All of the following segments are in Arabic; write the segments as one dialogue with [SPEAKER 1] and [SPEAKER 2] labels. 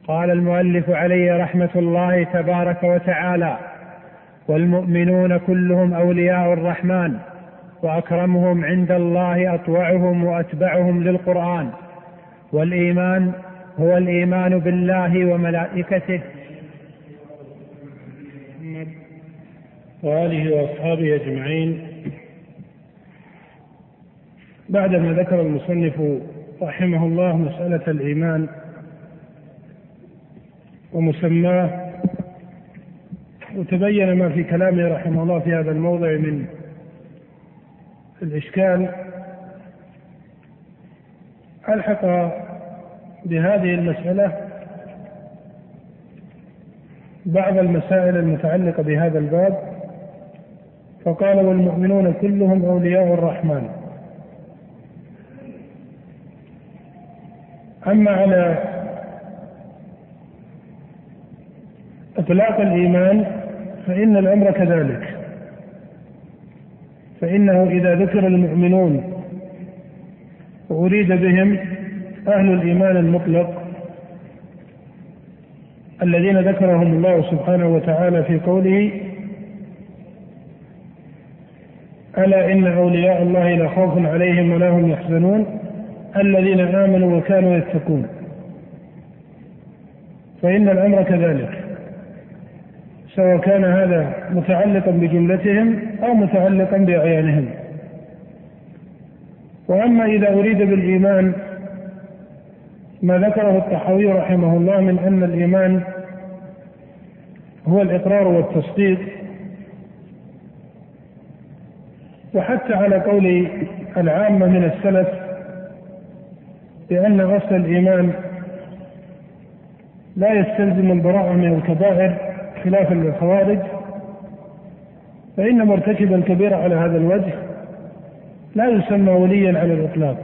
[SPEAKER 1] قال المؤلف عليه رحمة الله تبارك وتعالى: والمؤمنون كلهم أولياء الرحمن، وأكرمهم عند الله أطوعهم وأتبعهم للقرآن. والإيمان هو الإيمان بالله وملائكته
[SPEAKER 2] وآله وأصحابه أجمعين. بعدما ذكر المصنف رحمه الله مسألة الإيمان ومسماه، وتبين ما في كلامه رحمه الله في هذا الموضع من الإشكال، ألحق بهذه المسألة بعض المسائل المتعلقة بهذا الباب، فقال: والمؤمنون كلهم أولياء الرحمن. أما على إطلاق الإيمان فإن الأمر كذلك، فإنه إذا ذكر المؤمنون وأريد بهم أهل الإيمان المطلق الذين ذكرهم الله سبحانه وتعالى في قوله: ألا إن أولياء الله لا خوف عليهم ولا هم يحزنون الذين آمنوا وكانوا يتقون، فإن الأمر كذلك، سواء كان هذا متعلقا بجملتهم أو متعلقا بأعيانهم. وأما إذا أريد بالإيمان ما ذكره الطحاوي رحمه الله من أن الإيمان هو الإقرار والتصديق، وحتى على قول العامة من السلف بأن أصل الإيمان لا يستلزم البراءة من الكبائر خلافا للخوارج، فإن مرتكب الكبيرة على هذا الوجه لا يسمى وليا على الإطلاق.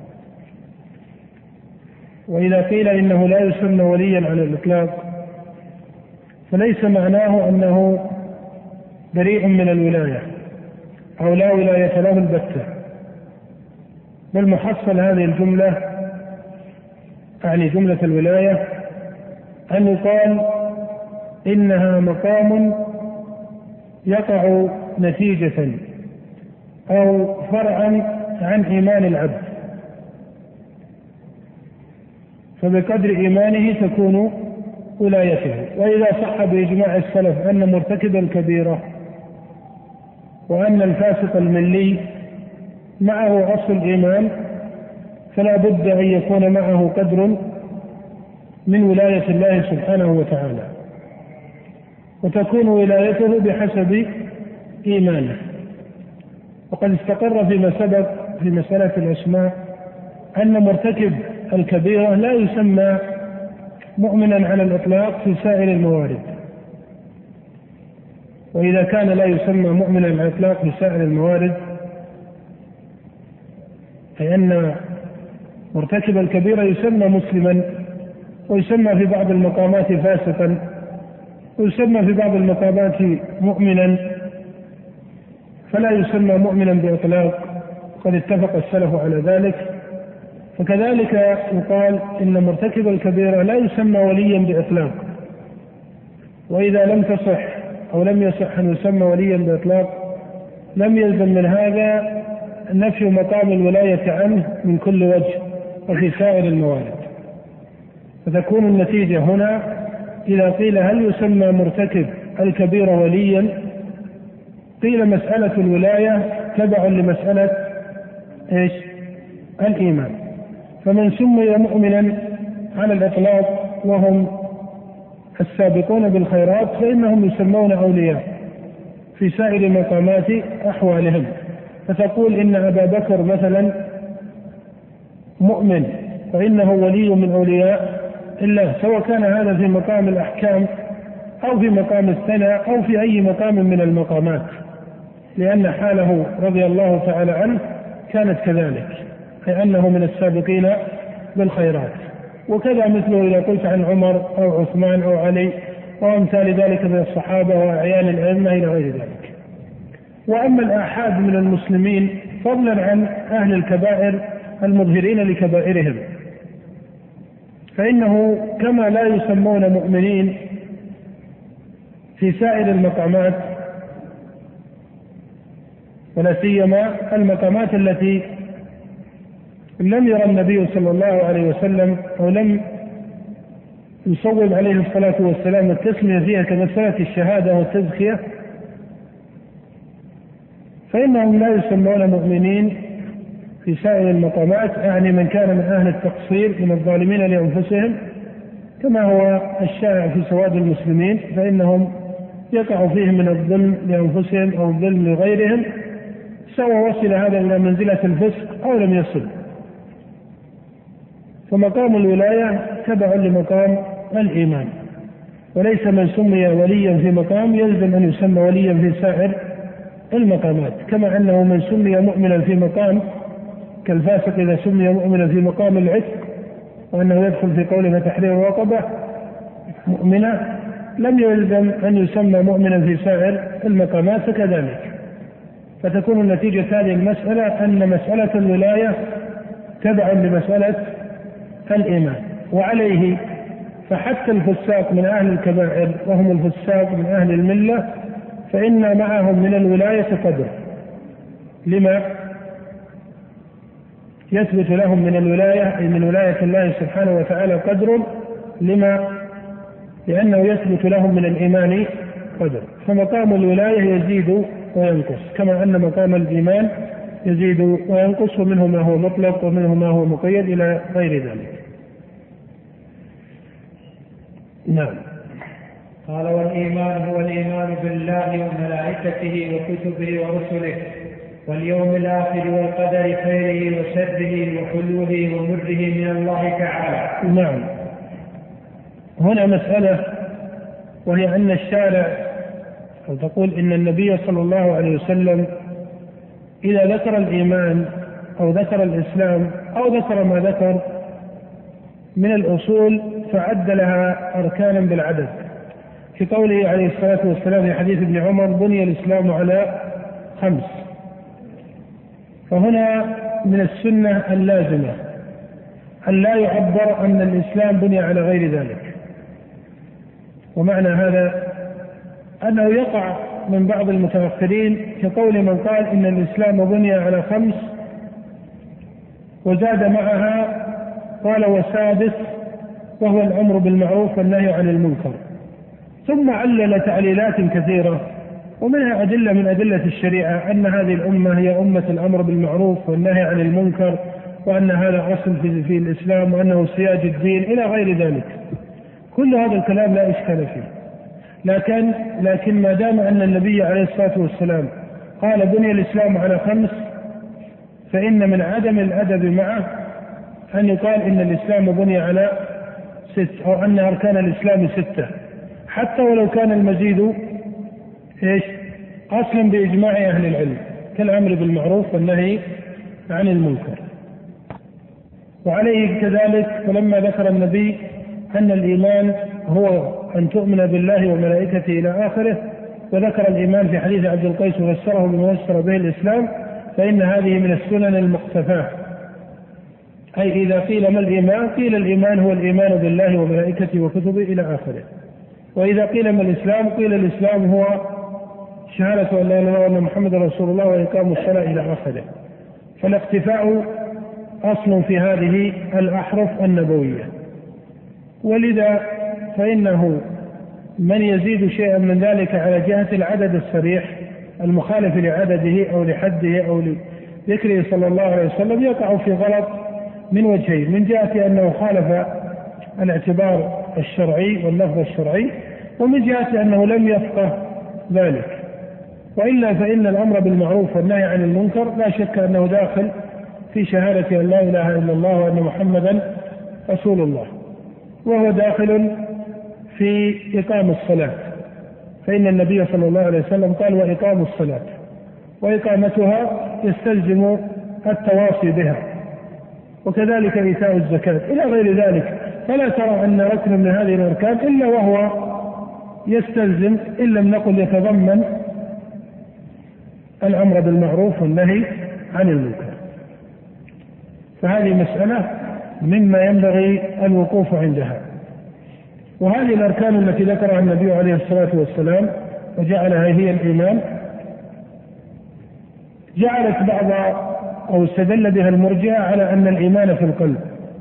[SPEAKER 2] وإذا قيل إنه لا يسمى وليا على الإطلاق فليس معناه أنه بريء من الولاية أو لا ولاية له البتة، بل محصل هذه الجملة يعني جملة الولاية أن يقال إنها مقام يقع نتيجة أو فرعا عن إيمان العبد، فبقدر إيمانه تكون ولايته. وإذا صح بإجماع السلف أن مرتكب الكبيرة وأن الفاسق الملي معه أصل الإيمان فلا بد أن يكون معه قدر من ولاية الله سبحانه وتعالى، وتكون ولايته بحسب إيمانه. وقد استقر فيما سبق في مسألة الأسماء أن مرتكب الكبيرة لا يسمى مؤمنا على الإطلاق في سائر الموارد، وإذا كان لا يسمى مؤمنا على الإطلاق في سائر الموارد فإن مرتكب الكبيرة يسمى مسلما، ويسمى في بعض المقامات فاسقا، ويسمى في بعض المقامات مؤمنا، فلا يسمى مؤمنا بإطلاق، قد اتفق السلف على ذلك. فكذلك يقال إن مرتكب الكبيرة لا يسمى وليا بإطلاق، وإذا لم تصح أو لم يصح أن يسمى وليا بإطلاق لم يلزم من هذا نفي مقام الولاية عنه من كل وجه وفي سائر الموارد. فتكون النتيجة هنا إذا قيل هل يسمى مرتكب الكبيرة وليا، قيل مسألة الولاية تبع لمسألة الإيمان، فمن سمي مؤمنا على الإطلاق وهم السابقون بالخيرات فإنهم يسمون أولياء في سائر مقامات أحوالهم. فتقول إن أبا بكر مثلا مؤمن فإنه ولي من أولياء الله، سواء كان هذا في مقام الأحكام أو في مقام الثناء أو في أي مقام من المقامات، لأن حاله رضي الله تعالى عنه كانت كذلك، أي أنه من السابقين بالخيرات. وكذا مثله إذا قلت عن عمر أو عثمان أو علي وأمثال ذلك من الصحابة وأعيان الأئمة إلى غير ذلك. وأما الآحاد من المسلمين فضلا عن أهل الكبائر المظهرين لكبائرهم فإنه كما لا يسمون مؤمنين في سائر المقامات، ولا سيما المقامات التي لم يرى النبي صلى الله عليه وسلم أو لم يصوب عليه الصلاة والسلام التسمية فيها كمسألة الشهادة والتزكية، فإنهم لا يسمون مؤمنين في سائر المقامات، يعني من كان من أهل التقصير من الظالمين لأنفسهم كما هو الشائع في سواد المسلمين، فإنهم يقع فيهم من الظلم لأنفسهم أو الظلم لغيرهم، سواء وصل هذا إلى منزلة الفسق أو لم يصل. فمقام الولاية تبع لمقام الإيمان، وليس من سمي وليا في مقام يلزم أن يسمى وليا في سائر المقامات، كما أنه من سمي مؤمنا في مقام كالفاسق إذا سمي مؤمنا في مقام العتق وأنه يدخل في قوله تحرير رقبة مؤمنة لم يلزم أن يسمى مؤمنا في سائر المقامات، فكذلك فتكون النتيجة هذه المسألة أن مسألة الولاية تبع لمسألة الإيمان. وعليه فحتى الفساق من أهل الكبائر وهم الفساق من أهل الملة فإن معهم من الولاية قدر، لما يثبت لهم من الولاية أي من ولاية الله سبحانه وتعالى قدر، لأنه يثبت لهم من الإيمان قدر. فمقام الولاية يزيد وينقص كما أن مقام الإيمان يزيد وينقص، ومنه ما هو مطلق ومنه ما هو مقيد إلى غير ذلك. نعم.
[SPEAKER 1] قال: والإيمان هو الإيمان بالله وملائكته وكتبه ورسله واليوم الآخر والقدر خيره وشره وحلوه ومره من الله تعالى.
[SPEAKER 2] نعم. هنا مسألة، وهي أن الشارع أو تقول إن النبي صلى الله عليه وسلم إذا ذكر الإيمان أو ذكر الإسلام أو ذكر ما ذكر من الأصول فعد لها أركانا بالعدد، في قوله عليه الصلاة والسلام في حديث ابن عمر: بني الإسلام على 5. فهنا من السنة اللازمة أن لا يعبر أن الإسلام بني على غير ذلك. ومعنى هذا أنه يقع من بعض المتأخرين كقول من قال إن الإسلام بني على 5 وزاد معها قال وسادس وهو الأمر بالمعروف والنهي عن المنكر، ثم علل تعليلات كثيرة ومنها أدلة من أدلة الشريعة أن هذه الأمة هي أمة الأمر بالمعروف والنهي عن المنكر، وأن هذا أصل في الإسلام وأنه سياج الدين إلى غير ذلك. كل هذا الكلام لا إشكال فيه، لكن ما دام أن النبي عليه الصلاة والسلام قال بني الإسلام على 5 فإن من عدم الأدب معه أن يقال إن الإسلام بني على 6 أو أن أركان الإسلام 6، حتى ولو كان المزيد أصلا بإجماع أهل العلم كالأمر بالمعروف والنهي عن المنكر. وعليه كذلك فلما ذكر النبي أن الإيمان هو أن تؤمن بالله وملائكته إلى آخره، وذكر الإيمان في حديث عبد القيس وفسره بما فسر به الإسلام، فإن هذه من السنن المقتفاة. أي إذا قيل ما الإيمان قيل الإيمان هو الإيمان بالله وملائكته وكتبه إلى آخره. وإذا قيل ما الإسلام قيل الإسلام هو شهادة أن لا إله إلا الله وأن محمد رسول الله وإقام الصلاة إلى آخره. فالاقتفاء أصل في هذه الأحرف النبوية، ولذا فإنه من يزيد شيئا من ذلك على جهة العدد الصريح المخالف لعدده أو لحده أو لذكره صلى الله عليه وسلم يقع في غلط من وجهين: من جهة أنه خالف الاعتبار الشرعي واللفظ الشرعي، ومن جهة أنه لم يفقه ذلك. وإلا فإن الأمر بالمعروف والنهي عن المنكر لا شك أنه داخل في شهادة أن لا إله إلا الله وأن محمدا رسول الله، وهو داخل في إقام الصلاة، فإن النبي صلى الله عليه وسلم قال وإقام الصلاة، وإقامتها يستلزم التواصي بها، وكذلك إيتاء الزكاة إلى غير ذلك. فلا ترى أن ركن من هذه الأركان إلا وهو يستلزم إن لم نقل يتضمن الأمر بالمعروف والنهي عن المنكر. فهذه مسألة مما ينبغي الوقوف عندها. وهذه الأركان التي ذكرها النبي عليه الصلاة والسلام وجعلها هي الإيمان جعلت بعض أو استدل بها المرجئة على أن الإيمان في القلب،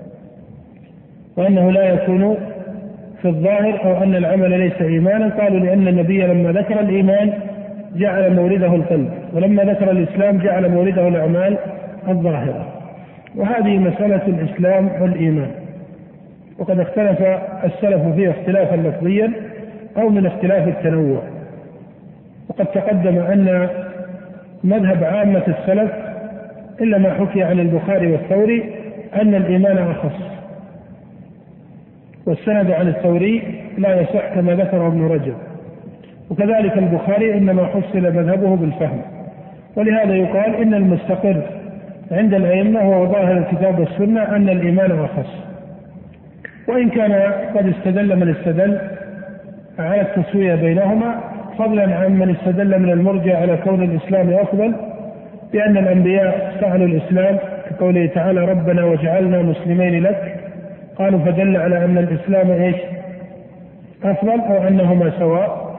[SPEAKER 2] وأنه لا يكون في الظاهر، أو أن العمل ليس إيمانا. قالوا لأن النبي لما ذكر الإيمان جعل مورده القلب، ولما ذكر الإسلام جعل مورده الأعمال الظاهرة. وهذه مسألة الإسلام والإيمان، وقد اختلف السلف فيها اختلافا لفظيا أو من اختلاف التنوع. وقد تقدم أن مذهب عامة السلف إلا ما حكي عن البخاري والثوري أن الإيمان أخص، والسند عن الثوري لا يصح كما ذكره ابن رجب، وكذلك البخاري إنما حصل مذهبه بالفهم. ولهذا يقال إن المستقر عند الأئمة هو ظاهر الكتاب والسنة أن الإيمان أخص، وإن كان قد استدل من استدل على التسوية بينهما، فضلا عن من استدل من المرجع على كون الإسلام أفضل، بأن الأنبياء فعلوا الإسلام كقوله تعالى ربنا وجعلنا مسلمين لك، قالوا فدل على أن الإسلام أفضل أو أنهما سواء.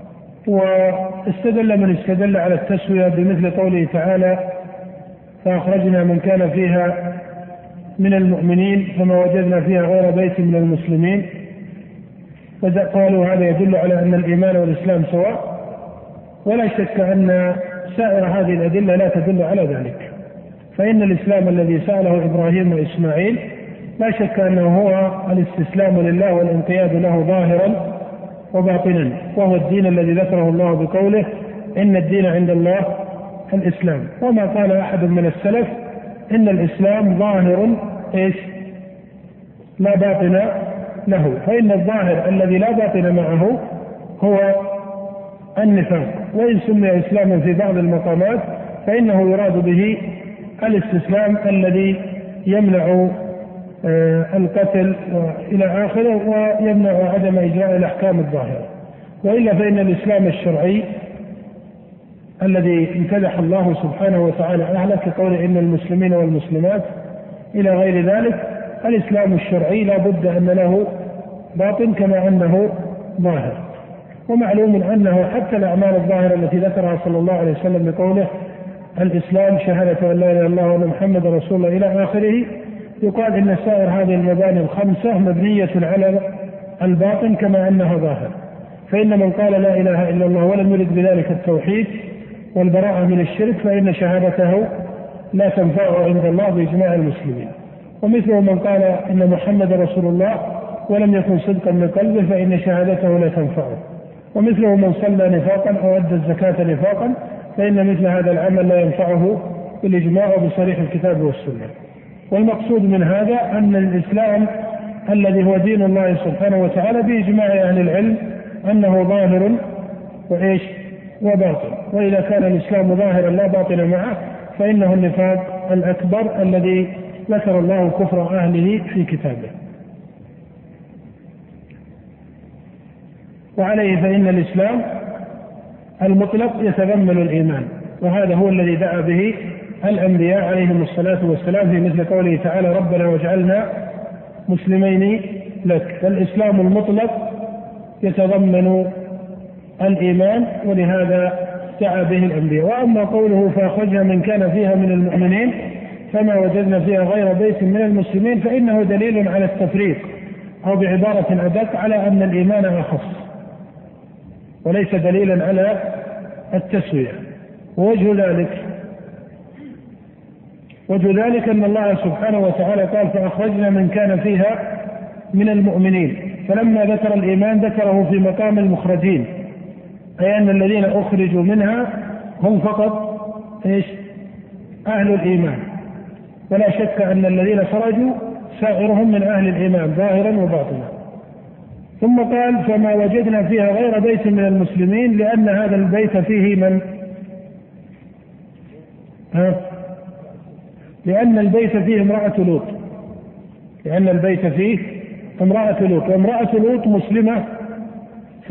[SPEAKER 2] واستدل من استدل على التسوية بمثل قوله تعالى فأخرجنا من كان فيها من المؤمنين فما وجدنا فيها غير بيت من المسلمين، قالوا هذا يدل على أن الإيمان والإسلام سواء. ولا شك أن سائر هذه الأدلة لا تدل على ذلك، فإن الإسلام الذي سأله إبراهيم وإسماعيل لا شك أنه هو الاستسلام لله والانقياد له ظاهرا وباطنا، وهو الدين الذي ذكره الله بقوله إن الدين عند الله الإسلام. وما قال أحد من السلف إن الإسلام ظاهر لا باطن له، فإن الظاهر الذي لا باطن معه هو النفاق. وإن سمي إسلاما في بعض المقامات فإنه يراد به الاستسلام الذي يمنع القتل وإلى آخره، ويمنع عدم إجراء الأحكام الظاهرة. وإلا فإن الإسلام الشرعي الذي امتدح الله سبحانه وتعالى أهله كقوله إن المسلمين والمسلمات إلى غير ذلك، الإسلام الشرعي لا بد أن له باطن كما أنه ظاهر. ومعلوم أنه حتى الأعمال الظاهرة التي ذكرها صلى الله عليه وسلم بقوله الإسلام شهادة أن لا إله إلا الله وأن محمد رسول الله إلى آخره، يقال إن سائر هذه المباني الخمسة مبنية على الباطن كما أنها ظاهر. فإن من قال لا إله إلا الله ولم يرد بذلك التوحيد والبراءة من الشرك فإن شهادته لا تنفعه عند الله بإجماع المسلمين. ومثله من قال إن محمد رسول الله ولم يكن صدقا من قلبه فإن شهادته لا تنفعه. ومثله من صلى نفاقا أو أدى الزكاة نفاقا فإن مثل هذا العمل لا ينفعه بالإجماع وبصريح الكتاب والسنة. والمقصود من هذا أن الإسلام الذي هو دين الله سبحانه وتعالى بإجماع أهل العلم أنه ظاهر وباطن. وإذا كان الإسلام ظاهرا لا باطن معه فإنه النفاق الأكبر الذي ذكر الله كفر أهله في كتابه. وعليه فإن الإسلام المطلق يتضمن الإيمان، وهذا هو الذي دعا به الأنبياء عليهم الصلاة والسلام في مثل قوله تعالى ربنا واجعلنا مسلمين لك. فالإسلام المطلق يتضمن الإيمان، ولهذا دعا به الأنبياء. وأما قوله فأخرجنا من كان فيها من المؤمنين فما وجدنا فيها غير بيت من المسلمين، فإنه دليل على التفريق، أو بعبارة أدق على أن الإيمان أخص وليس دليلا على التسوية. ووجه ذلك أن الله سبحانه وتعالى قال فأخرجنا من كان فيها من المؤمنين، فلما ذكر الإيمان ذكره في مقام المخرجين، أي أن الذين أخرجوا منها هم فقط أهل الإيمان، ولا شك أن الذين خرجوا سائرهم من أهل الإيمان ظاهرا وباطنا. ثم قال فما وجدنا فيها غير بيت من المسلمين، لأن هذا البيت فيه لأن البيت فيه امرأة لوط، وامرأة لوط مسلمة في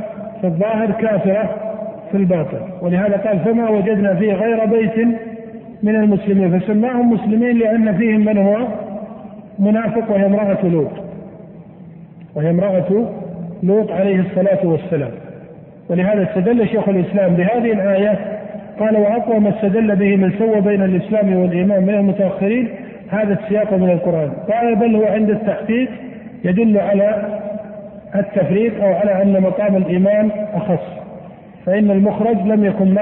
[SPEAKER 2] الظاهر كافرة في الباطن. ولهذا قال فما وجدنا فيه غير بيت من المسلمين، فسماهم مسلمين لأن فيهم من هو منافق وهي امرأة لوط عليه الصلاة والسلام. ولهذا استدل شيخ الإسلام بهذه الآية قال: وأقوى ما استدل به من سوى بين الإسلام والإيمان من المتأخرين هذا السياق من القرآن. قال: بل هو عند التحقيق يدل على التفريق أو على أن مقام الإيمان أخص، فإن المخرجين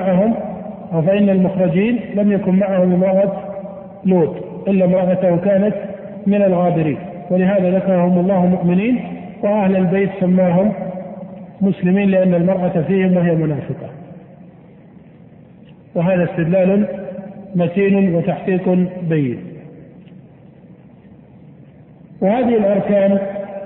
[SPEAKER 2] لم يكن معهم امرأة لوط إلا امرأته كانت من الغابرين، ولهذا ذكرهم الله مؤمنين، وأهل البيت سماهم مسلمين لأن المرأة فيهم وهي منافقة. وهذا استدلال متين وتحقيق بين. وهذه الأركان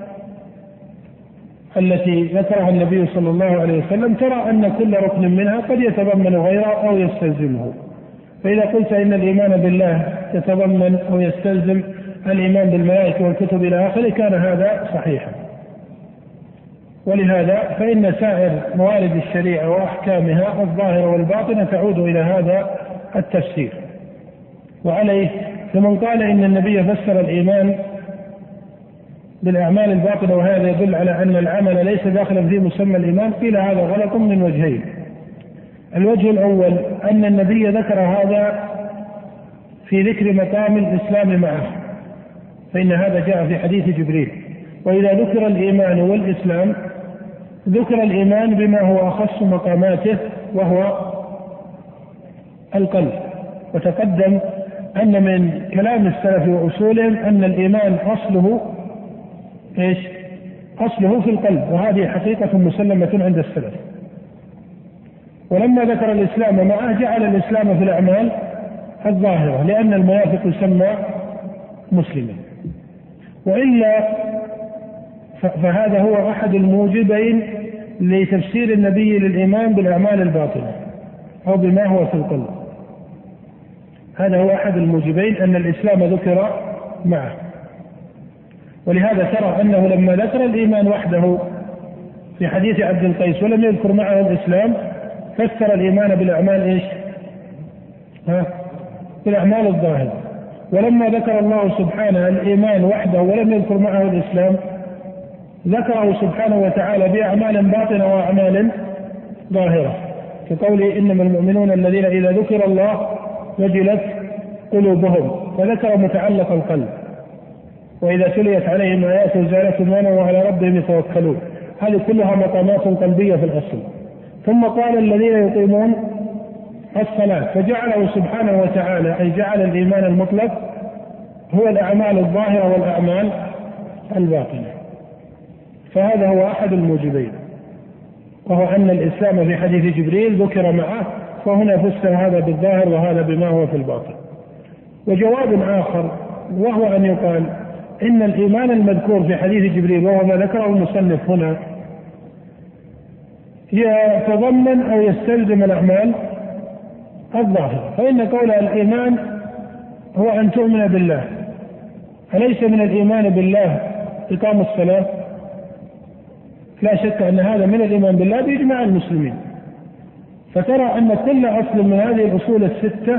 [SPEAKER 2] التي ذكرها النبي صلى الله عليه وسلم ترى أن كل ركن منها قد يتضمن غيره أو يستلزمه. فإذا قلت إن الإيمان بالله يتضمن أو يستلزم الإيمان بالملائكة والكتب إلى آخره كان هذا صحيحا. ولهذا فإن سائر موارد الشريعة وأحكامها الظاهرة والباطنة تعود إلى هذا التفسير. وعليه فمن قال إن النبي فسر الإيمان بالأعمال الباطنة وهذا يدل على أن العمل ليس داخلا في مسمى الإيمان، قيل هذا غلط من وجهين. الوجه الأول أن النبي ذكر هذا في ذكر مقام الإسلام معه، فإن هذا جاء في حديث جبريل. وإذا ذكر الإيمان والإسلام ذكر الإيمان بما هو أخص مقاماته وهو القلب. وتقدم أن من كلام السلف وأصولهم أن الإيمان أصله في القلب، وهذه حقيقة مسلمة عند السلف. ولما ذكر الإسلام معه جعل الإسلام في الأعمال الظاهرة، لأن المنافق يسمى مسلما. وإلا فهذا هو أحد الموجبين لتفسير النبي للإيمان بالأعمال الباطنة أو بما هو في القلب. هذا هو أحد الموجبين أن الإسلام ذكر معه. ولهذا ترى أنه لما ذكر الإيمان وحده في حديث عبد القيس ولم يذكر معه الإسلام فسر الإيمان بالأعمال بالأعمال الظاهرة. ولما ذكر الله سبحانه الإيمان وحده ولم يذكر معه الإسلام ذكره سبحانه وتعالى بأعمال باطنة وأعمال ظاهرة، كقوله: إنما المؤمنون الذين إذا ذكر الله وجلت قلوبهم، فذكر متعلق القلب. وإذا تليت عليهم آياته زادتهم إيمانا وعلى ربهم يتوكلون. هذه كلها مقامات قلبية في الأصل. ثم قال: الذين يقيمون الصلاة، فجعله سبحانه وتعالى أي جعل الإيمان المطلق هو الأعمال الظاهرة والأعمال الباطنة. فهذا هو أحد الموجبين، وهو أن الإسلام في حديث جبريل ذكر معه، فهنا فسر هذا بالظاهر وهذا بما هو في الباطن. وجواب آخر وهو أن يقال إن الإيمان المذكور في حديث جبريل وهو ما ذكره المصنف هنا يتضمن أو يستلزم الأعمال الظاهرة. فإن قول الإيمان هو أن تؤمن بالله، أليس من الإيمان بالله إقام الصلاة؟ لا شك أن هذا من الإيمان بالله بإجماع المسلمين. فترى أن كل أصل من هذه الأصول الستة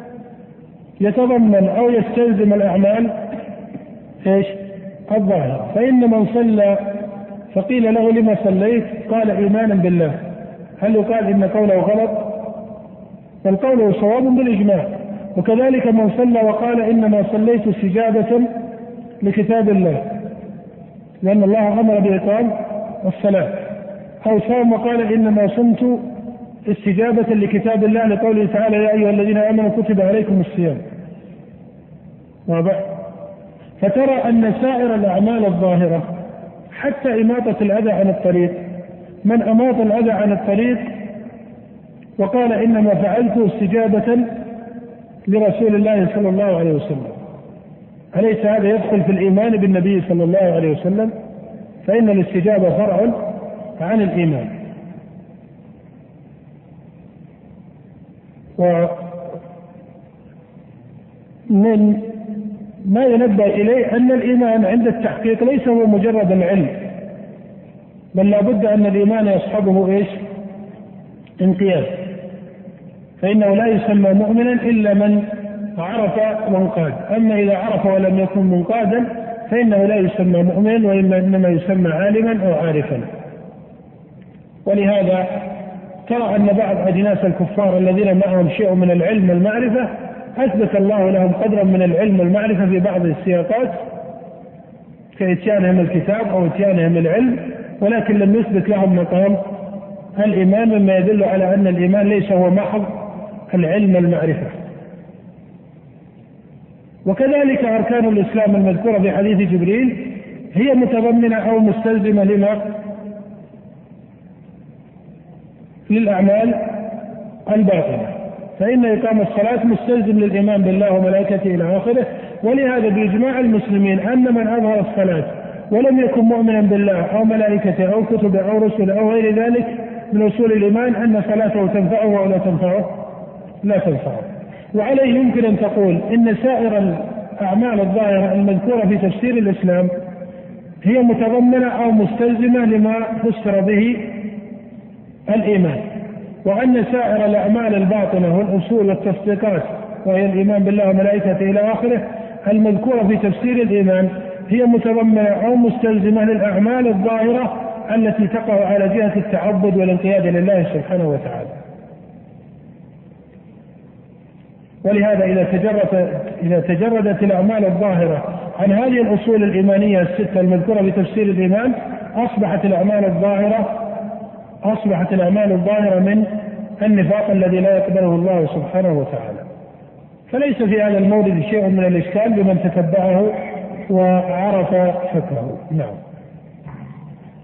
[SPEAKER 2] يتضمن أو يستلزم الأعمال الظاهرة. فإن من صلى فقيل له: لما صليت؟ قال: إيمانا بالله. هل يقال إن قوله غلط؟ فالقول صواب بالإجماع. وكذلك من صلى وقال: إنما صليت استجابة لكتاب الله، لأن الله أمر بإقام الصلاة. أو صام وقال: إنما صمت استجابة لكتاب الله، لقوله تعالى: يا أيها الذين آمنوا كتب عليكم الصيام. واضح؟ فترى أن سائر الأعمال الظاهرة حتى إماطة الأذى عن الطريق، من أماط الأذى عن الطريق وقال: إنما فعلت استجابة لرسول الله صلى الله عليه وسلم، أليس هذا يدخل في الإيمان بالنبي صلى الله عليه وسلم؟ فإن الاستجابة فرع عن الإيمان. ومن ما ينبه إليه أن الإيمان عند التحقيق ليس هو مجرد العلم، بل لابد أن الإيمان يصحبه انقياد. فإنه لا يسمى مؤمنا إلا من عرف وانقاد. أما إذا عرف ولم يكن منقادا فإنه لا يسمى مؤمن، وإنما يسمى عالما أو عارفا. ولهذا ترى أن بعض أجناس الكفار الذين معهم شيء من العلم والمعرفة أثبت الله لهم قدرا من العلم والمعرفة في بعض السياقات كإتيانهم الكتاب أو إتيانهم العلم، ولكن لم يثبت لهم مقام الإيمان، مما يدل على أن الإيمان ليس هو محض العلم والمعرفة. وكذلك أركان الإسلام المذكورة في حديث جبريل هي متضمنة أو مستلزمة للأعمال الباطنة، فإن إقام الصلاة مستلزم للإيمان بالله وملائكته إلى آخره. ولهذا بإجماع المسلمين أن من أظهر الصلاة ولم يكن مؤمنا بالله أو ملائكته أو كتبه أو رسله أو غير ذلك من أصول الإيمان أن صلاته تنفعه أو لا تنفعه؟ لا تنفعه. وعليه يمكن أن تقول إن سائر الأعمال الظاهرة المذكورة في تفسير الإسلام هي متضمنة أو مستلزمة لما فسر به الإيمان، وأن سائر الأعمال الباطنة والأصول والتصديقات وهي الإيمان بالله وملائكته إلى آخره المذكورة في تفسير الإيمان هي متضمنة أو مستلزمة للأعمال الظاهرة التي تقع على جهة التعبد والانقياد لله سبحانه وتعالى. ولهذا إذا تجردت الأعمال الظاهرة عن هذه الأصول الإيمانية الستة المذكورة في تفسير الإيمان أصبحت الأعمال الظاهرة من النفاق الذي لا يقبله الله سبحانه وتعالى. فليس في هذا المورد شيء من الإشكال بمن تتبعه وعرف حكمه. نعم.